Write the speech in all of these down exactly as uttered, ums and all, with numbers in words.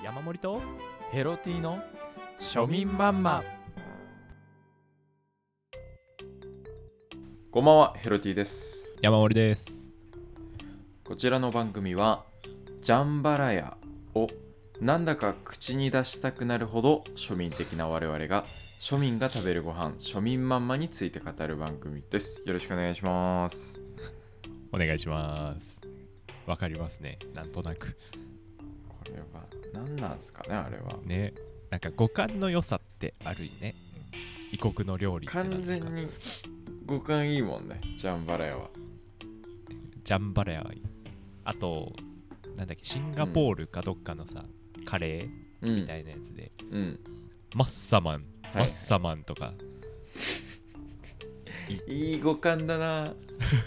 山盛りとヘロティの庶民マンマ。こんばんは、ヘロティです。 山盛りです。 こちらの番組はジャンバラヤをなんだか口に出したくなるほど庶民的な我々が庶民が食べるご飯庶民マンマについて語る番組です。よろしくお願いします。 お願いします。わかりますね、なんとなく。 これは何なんすかね、あれはね。なんか五感の良さってあるね。異国の料理ってなんか完全に五感いいもんね、ジャンバラヤは。 ジャンバラヤ。あとなんだっけ、シンガポールかどっかのさ、うん、カレーみたいなやつで、 うん、 マッサマン、 はい、 マッサマンとかいい五感だな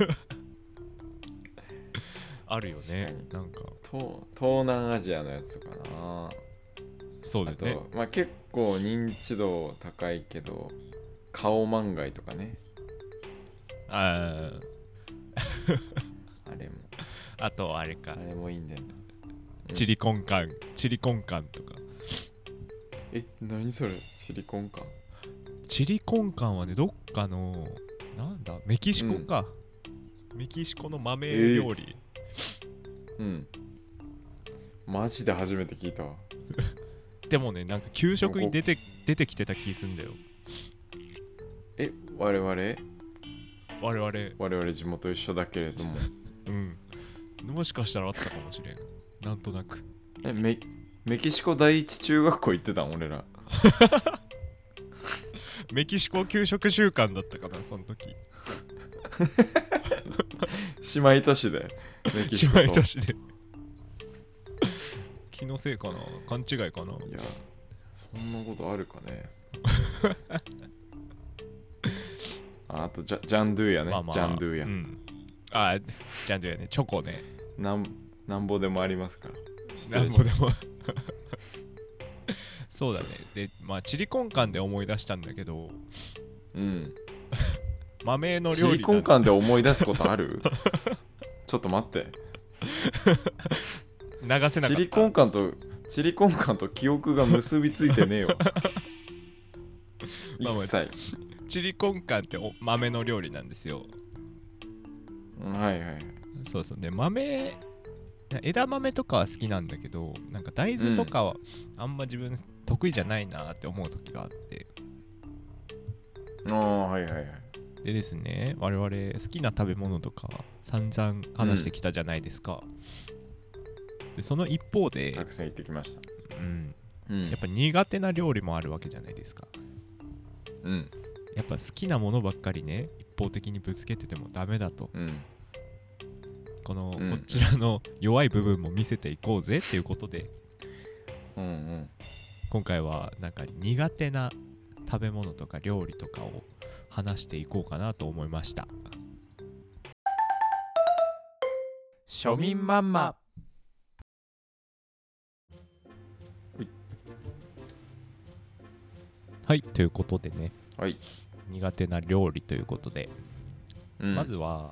あるよね。なんか東東南アジアのやつとかな。 そうだよね。 あと、まあ、結構認知度高いけどカオマンガイとかね。 ああれもあとあれか、 あれもいいんだよな、うん、 チリコンカンチリコンカンとか。 え、何それ、チリコンカン。 チリコンカンはね、どっかのなんだメキシコか、うん、メキシコの豆料理、 えー、うんマジで初めて聞いたわでもね、なんか給食に出て出てきてた気すんだよ。 え、我々 我々 我々地元一緒だけれどもうんもしかしたらあったかもしれん、なんとなく。 え、メメキシコ第一中学校行ってたん俺らメキシコ給食習慣だったかな、その時姉妹都市でメキシコと姉妹都市で気のせいかな、勘違いかな。 いや、そんなことあるかねあ, あとジ ャ, ジャンドゥやね、まあまあ、ジャンドゥや、うん、 あジャンドゥやね、チョコね、 なんなんぼでもありますから。 なんぼでもそうだね。で、まあチリコンカンで思い出したんだけど、 うん豆の料理。 チリコンカンで思い出すことあるちょっと待って流せなかった。 チリコンカンとチリコンカンと記憶が結びついてねえわ一切。 チリコンカンってお豆の料理なんですよ。 はいはい。 そうそう。で、豆、枝豆とかは好きなんだけど、なんか大豆とかはあんま自分得意じゃないなって思う時があって。 ああ、はいはいはい。 でですね、我々好きな食べ物とか散々話してきたじゃないですか。うん、で、その一方で、 たくさん行ってきました。 うん。うん、やっぱ苦手な料理もあるわけじゃないですか。 うん。 やっぱ好きなものばっかりね、一方的にぶつけててもダメだと。 うん、 この、うん、こちらの弱い部分も見せていこうぜっていうことで、 うんうん、 今回はなんか苦手な食べ物とか料理とかを話していこうかなと思いました。 庶民マンマ。 はい、ということでね、 はい、 苦手な料理ということで、うん、まずは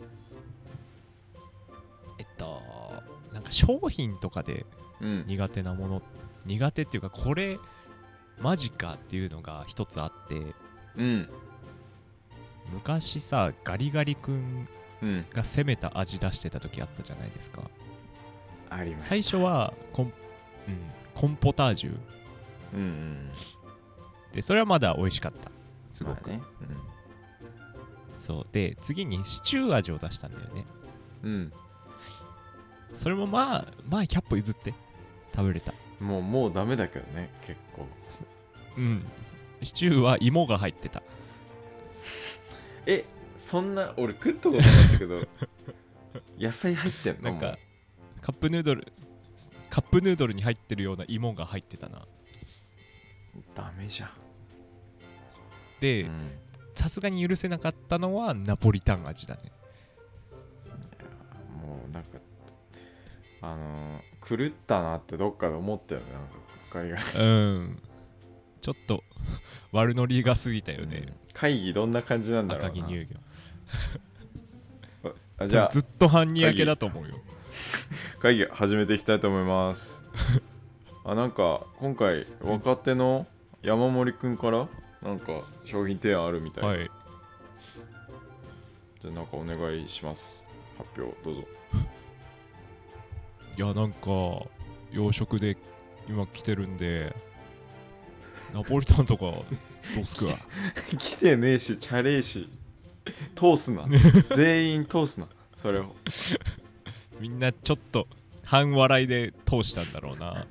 えっとなんか商品とかで苦手なもの、うん、苦手っていうかこれマジかっていうのが一つあって、 うん、 昔さガリガリ君が攻めた味出してた時あったじゃないですか。 ありました。 最初はコン、うん、コンポタージュ、 うんうん、 でそれはまだ美味しかったすごく、まあね、 うん、 そうで次にシチュー味を出したんだよね。 うん、 それもまあまあひゃっぽ譲って食べれた。 もうもうダメだけどね、結構。 うん、シチューは芋が入ってた。 え、そんな俺食ったことなかったけど野菜入ってんの？ なんかカップヌードルカップヌードルに入ってるような芋が入ってたな。 ダメじゃん。 で、さすがに許せなかったのはナポリタン味だね。 もうなんかあのー、狂ったなってどっかで思ったよね。なんかガリガリうんちょっと悪ノリが過ぎたよね、うん、 会議どんな感じなんだろうな。 赤城乳業あ、じゃあずっと半に焼けだと思うよ。 会議始めていきたいと思いますあ、なんか今回若手の山森くんからなんか商品提案あるみたい。 はい。 じゃあなんかお願いします。発表どうぞ。 いや、なんか洋食で今来てるんで、ナポリタンとかどうすくわ。 来てねえしチャレーし通すな。全員通すな。それをみんなちょっと半笑いで通したんだろうな。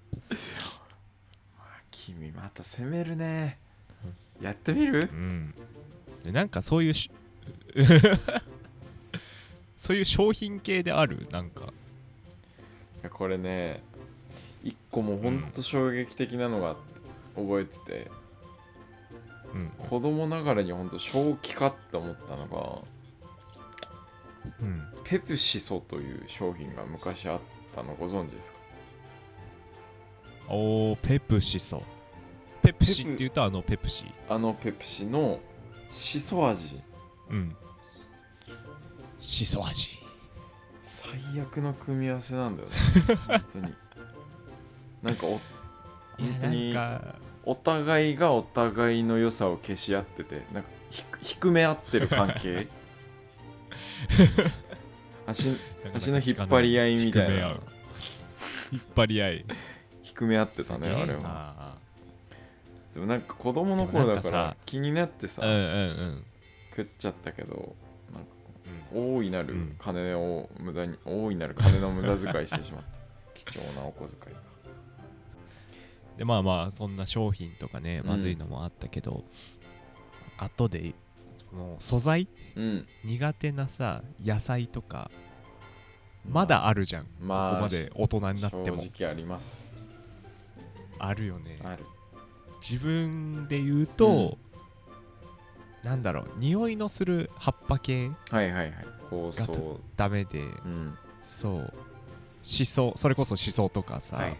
君また攻めるね。やってみる？ うん。でなんかそういうしそういう商品系であるなんか。 いやこれね、一個もほんと衝撃的なのが覚えてて、 うん、 子供ながらにほんと正気かって思ったのが、 うん、 ペプシソという商品が昔あったのご存知ですか？ おー、ペプシソ。ペプシって言うとあのペプシ。 あのペプシのシソ味。 うん。シソ味。 最悪の組み合わせなんだよね。本当に。なんかお本当にお互いがお互いの良さを消し合ってて、なんか低め合ってる関係。足, 足の引っ張り合いみたいな。 引っ張り合い。 低め合ってたねあれは。でもなんか子供の頃だから気になってさ、 うんうんうん、 食っちゃったけど、なんか大いなる金を無駄に、うん、大いなる金の無駄遣いしてしまった。貴重なお小遣いが。 でまあまあそんな商品とかねまずいのもあったけど、うん、後でもう素材、うん、苦手なさ野菜とかまだあるじゃん、まあ、ここまで大人になっても正直あります。 あるよね。 ある。 自分で言うと、うん、なんだろう匂いのする葉っぱ系はいはいはい香草がダメで、うん、そうシソ、それこそシソとかさ、はい、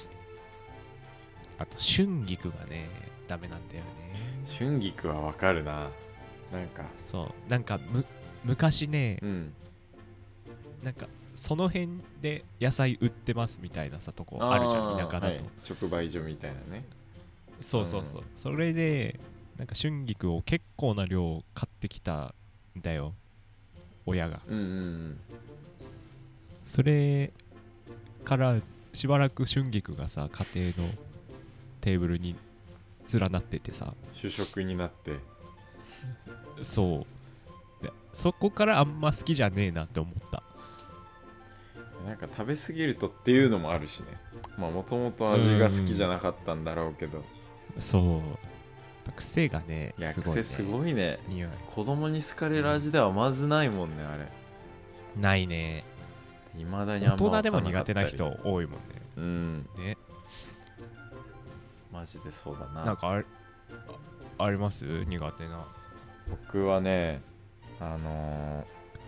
あと春菊がねダメなんだよね。 春菊はわかるな。なんかそうなんかむ昔ね、うん、なんかその辺で野菜売ってますみたいなさとこあるじゃん田舎だと、はい、 直売所みたいなね。 そうそうそう、うん、それでなんか春菊を結構な量買ってきたんだよ親が、うんうんうん、それからしばらく春菊がさ家庭のテーブルに連なっててさ主食になってそうでそこからあんま好きじゃねえなって思った。 なんか食べ過ぎるとっていうのもあるしね。まあもともと味が好きじゃなかったんだろうけど、 そう癖がねいやすごいね。癖すごいね。子供に好かれる味ではまずないもんねあれ。 ないね。 未だにあんま分かんなかったり。 大人でも苦手な人多いもんね。 うんね。 マジでそうだな。 なんかあれ あ, あります苦手な。 僕はねあのー、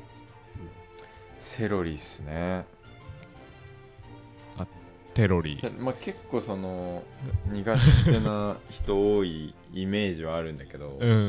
セロリっすね。 あテロリ。 まあ、結構その苦手な人多いイメージはあるんだけど、 うんうん、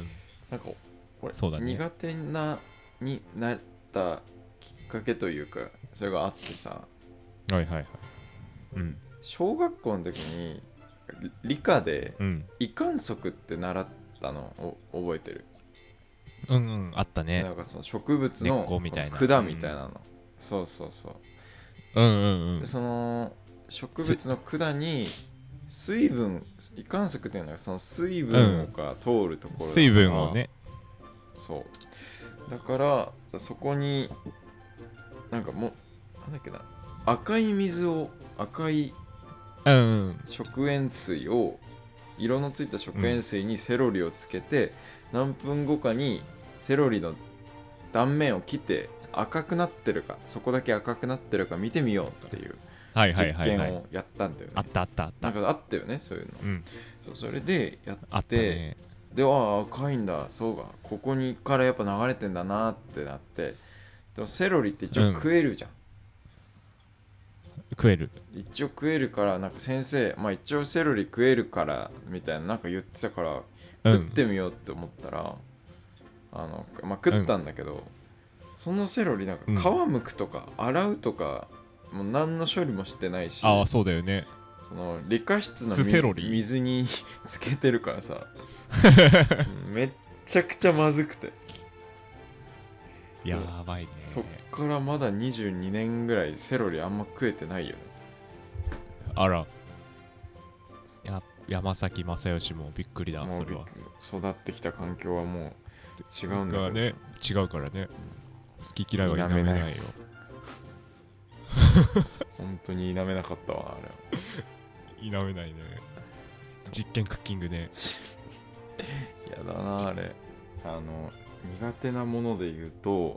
なんかこれ、 そうだね、 苦手なになったきっかけというかそれがあってさ、 はいはいはい、うん、 小学校の時に理科で維管束って習ったのを覚えてる？ うんうん、あったね。 なんかその植物の管みたいなの、うん、そうそうそう、 うんうんうん、 でその植物の管に水分、維管束っていうのはその水分が通るところだから、うん、 水分をね、 そうだからそこになんかもうなんだっけな、赤い水を赤い食塩水を色のついた食塩水にセロリをつけて、うん、何分後かにセロリの断面を切って赤くなってるかそこだけ赤くなってるか見てみようっていう実験をやったんだよね。 あったあったあった。 なんかあったよねそういうの、うん、そうそれでやってあったね。 であ赤いんだそうかここにからやっぱ流れてんだなってなって、でもセロリって一応食えるじゃん、 うん、食える一応食えるからなんか先生まあ一応セロリ食えるからみたいななんか言ってたから食ってみようって思ったら、うん、あのまあ食ったんだけど、うん、そのセロリなんか皮むくとか洗うとかもう何の処理もしてないし、 ああそうだよね。 その理科室のスセロリ水につけてるからさめっちゃくちゃまずくて、 やばいね。 そっからまだにじゅうにねんぐらいセロリあんま食えてないよね。 あら、や山崎正義もびっくりだ。 もうそれは育ってきた環境はもう違うんだけどね、違うからね、好き嫌いは否めないよ。 本当に否めなかったわあれは。 否めないね。実験クッキングね。 やだなあれ。あの苦手なもので言うと、 うん、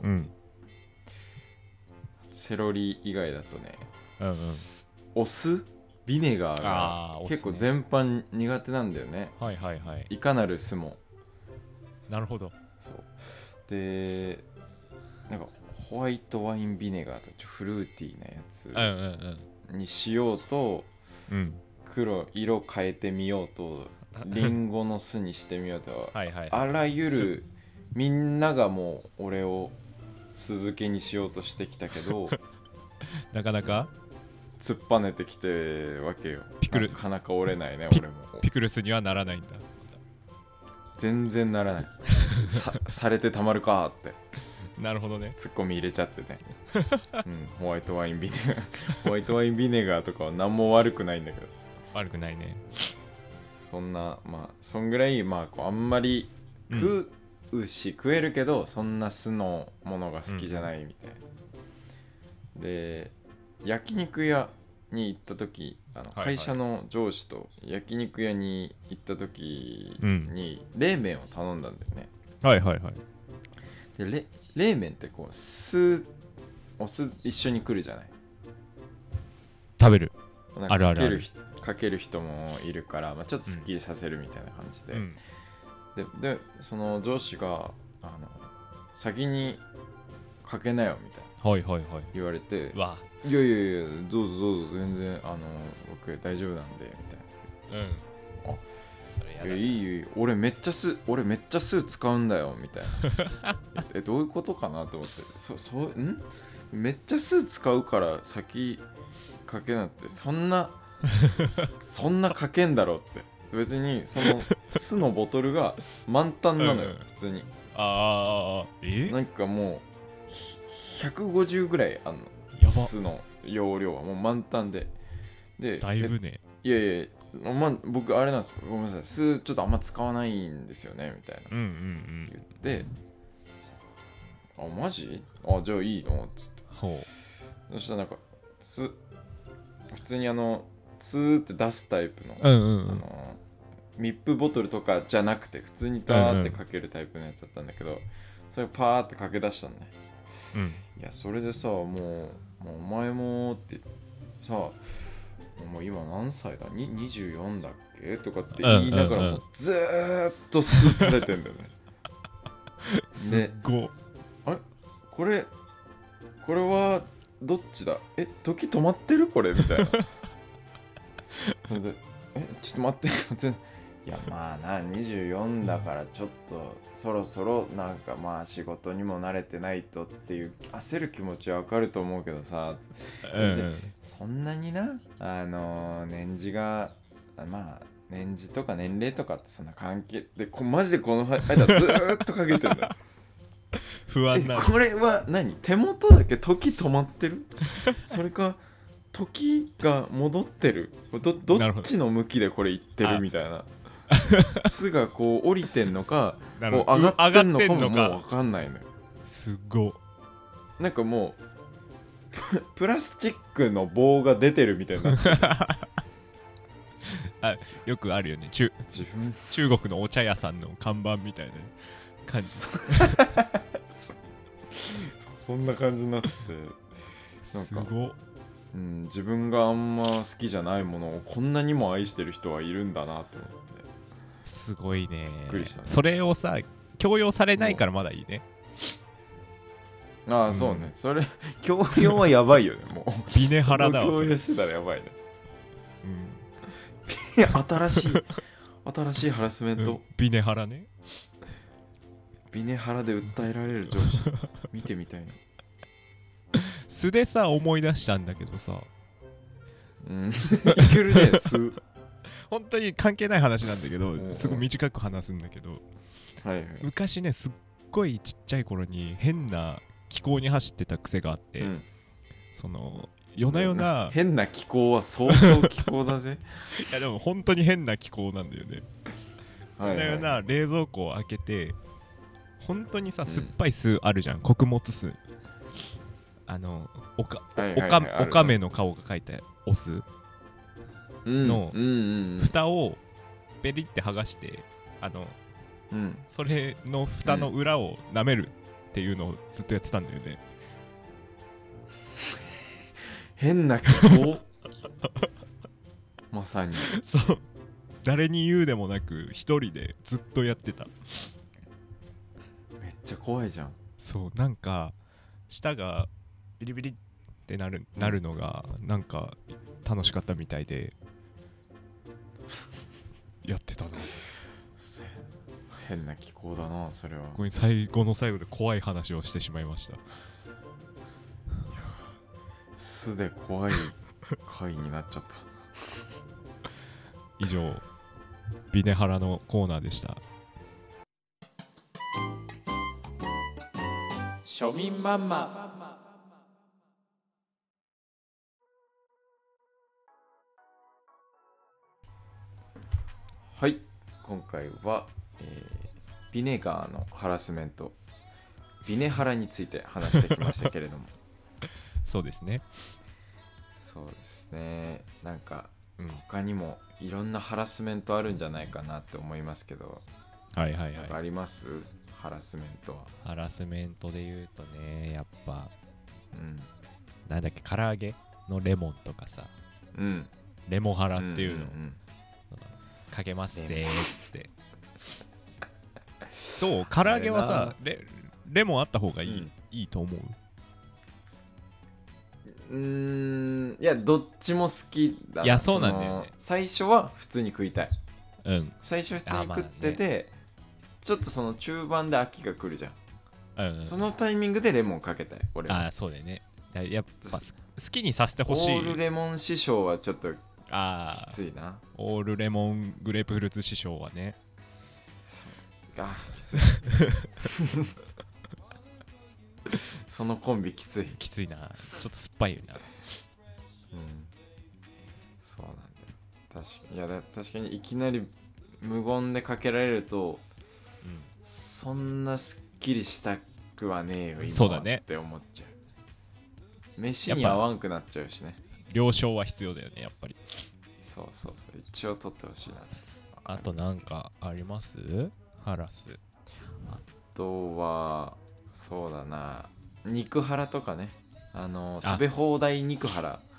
セロリ以外だとね、 うんうん、 お酢ビネガーが結構全般苦手なんだよね。 はいはいはい。 いかなる酢も。 なるほど。 そうで、なんかホワイトワインビネガーとちょフルーティーなやつにしようと、 うんうんうん、 黒色変えてみようと、リンゴの酢にしてみようとはいはい、はい、 あらゆるみんながもう俺を酢漬けにしようとしてきたけどなかなか突っぱねてきてわけよ。 ピクルなかなか折れないね。俺もピクルスにはならないんだ。 全然ならないさ, されてたまるかってなるほどね。 ツッコミ入れちゃってね、うん、ホワイトワインビネガーホワイトワインビネガーとかは何も悪くないんだけどさ。 悪くないね。そんなまあそんぐらいまあこうあんまり食うし、うん、食えるけどそんな酢のものが好きじゃないみたいな、うん、で焼肉屋に行った時、あの会社の上司と焼肉屋に行った時に冷麺を頼んだんだよね。 はいはいはい。 でれ冷麺ってこう酢お酢一緒に来るじゃない。 食べる。 なんかあるあるある。かける人もいるから、まあ、ちょっとすっきりさせるみたいな感じで、うん、で, でその上司があの先にかけなよみたいな、 はいはいはい、 言われて、 わいやいやいやどうぞどうぞ全然あの僕大丈夫なんでみたいな、うん、あそれやだいいよいいよ俺めっちゃ酢俺めっちゃ酢使うんだよみたいなえどういうことかなと思って、そそんめっちゃ酢使うから先かけなんてそんなそんなかけんだろって別にその酢のボトルが満タンなのよ、うん、普通に。 ああえなんかもうひゃくごじゅうぐらいあんの。 やば酢の容量はもう満タンで。でだいぶね。 いやいや、まあ、僕あれなんですよ、ごめんなさい酢ちょっとあんま使わないんですよねみたいな、 うんうんうん、 言ってあマジあじゃあいいのっつって。 ほうそしたらなんか酢普通にあのツーって出すタイプの、 うんうんうん、 あの密封ボトルとかじゃなくて普通にダーってかけるタイプのやつだったんだけど、うんうん、それをパーってかけ出したのね、うん、いやそれでさもう、もうお前もってさもう今何歳だににじゅうよんだっけとかって言いながらもうずーっと吸垂れてんだよねすっごいあれこれこれはどっちだえ時止まってるこれみたいなそれでえちょっと待って全いやまあなにじゅうよんだからちょっとそろそろなんかまあ仕事にも慣れてないとっていう焦る気持ちはわかると思うけどさ、うん、そんなになあの年次がまあ年次とか年齢とかってそんな関係でこマジでこの間ずーっとかけてんだよ不安なこれは何手元だけ時止まってるそれか時が戻ってる ど, どっちの向きでこれいってるみたいな巣がこう降りてんのかこう上がってんのかももう分かんないのよ。 すっごなんかもうプラスチックの棒が出てるみたいなあよくあるよね 中, 中国のお茶屋さんの看板みたいな感じそ, そんな感じになっててなんかすごうん、自分があんま好きじゃないものをこんなにも愛してる人はいるんだなと思ってすごいね。 びっくりしたね。 それをさ強要されないからまだいいね。 ああ、うん、そうねそれ強要はやばいよねもうビネハラだわ強要してたらやばいね、うん、新しい新しいハラスメント、うん、 ビネハラね。 ビネハラで訴えられる上司見てみたいな素でさ思い出したんだけどさ、 うんいけるね素本当に関係ない話なんだけど、すごい短く話すんだけど、 はいはい、 昔ねすっごいちっちゃい頃に変な気候に走ってた癖があって、うん、その夜な夜な変な気候は相当気候だぜいやでも本当に変な気候なんだよね夜な夜な冷蔵庫を開けて本当にさ、酸っぱい酢あるじゃん、穀物酢、あのおか、はいはいはい、おか、おかめの顔が描いたお酢の蓋をペリって剥がして、あの、うん、それの蓋の裏を舐めるっていうのをずっとやってたんだよね、 変な気候まさにそう誰に言うでもなく一人でずっとやってた。 めっちゃ怖いじゃん。 そうなんか舌がビリビリってなる、なるのがなんか楽しかったみたいでやってたな。 変な気候だなそれは。 これ最後の最後で怖い話をしてしまいました。 素で怖い回になっちゃった以上ビネハラのコーナーでした。 庶民マンマ。はい、今回は、えー、ビネガーのハラスメントビネハラについて話してきましたけれどもそうですねそうですねなんか、うん、他にもいろんなハラスメントあるんじゃないかなって思いますけど、 はいはいはい、 なんかありますハラスメントは。 ハラスメントで言うとね、やっぱ、うん、なんだっけ、唐揚げのレモンとかさ、うん、レモンハラっていうの、うんうんうん、かけますぜーっつってどう唐揚げはさ レ, レモンあった方がいい、うん、いいと思う。 うーんいやどっちも好きだな。 いやそうなんだよね。 最初は普通に食いたい、 うん、 最初普通に食ってて、ね、ちょっとその中盤で飽きが来るじゃん、うんうん、そのタイミングでレモンかけたい俺は。 ああそうだよね。やっぱ好きにさせてほしい。 オールレモン師匠はちょっときついな。 オールレモングレープフルーツ師匠はね、 そうあきついそのコンビきついきついな。ちょっと酸っぱいよな。うんそうなんだよ。確かにいやだ確かにいきなり無言でかけられると、うん、そんなすっきりしたくはねえよ今そうだ、ね、 って思っちゃう。飯に合わんくなっちゃうしね。 了承は必要だよねやっぱり。 そうそうそう一応取ってほしいな。 あとなんかありますハラス。 あとはそうだな肉ハラとかね。あの食べ放題肉ハラ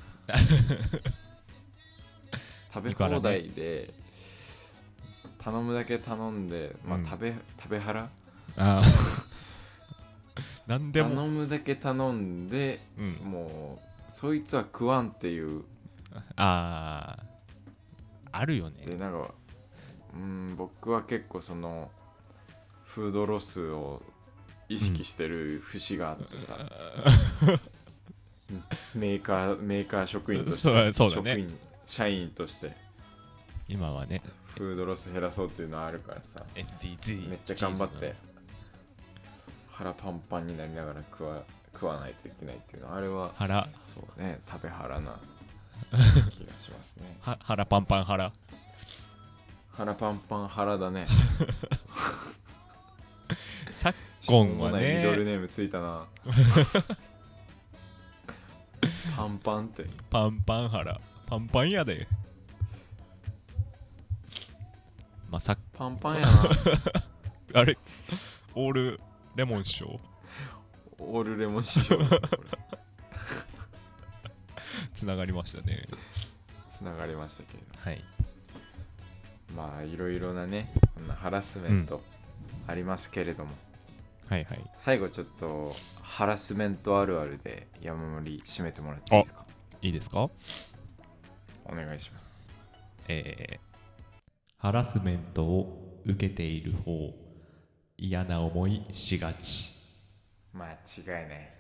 食べ放題で頼むだけ頼んで、まあ、食べ、うん、食べハラあなんでも頼むだけ頼んで、うん、もうそいつは食わんっていうああるよね。 でなんかうん僕は結構そのフードロスを意識してる節があってさ、うん、メーカーメーカー職員としてそうそうだ、ね、 職員社員として今はねフードロス減らそうっていうのはあるからさエスディージーめっちゃ頑張って腹パンパンになりながら食わ、食わないといけないっていうのはあれは腹そうね食べ腹な気がしますねは腹パンパン腹腹パンパン腹だね昨今はねミドルネームついたなパンパンってパンパン腹パンパンやでまさパンパンやなあれオールレモン師匠オールレモン師匠ですねこれつながりましたね。 つながりましたけれどはいまあいろいろなねこんなハラスメントありますけれども、 うん、はいはい最後ちょっとハラスメントあるあるで山盛り締めてもらっていいですか。 いいですか。 お願いします。 えー、ハラスメントを受けている方嫌な思いしがち。 間違いない。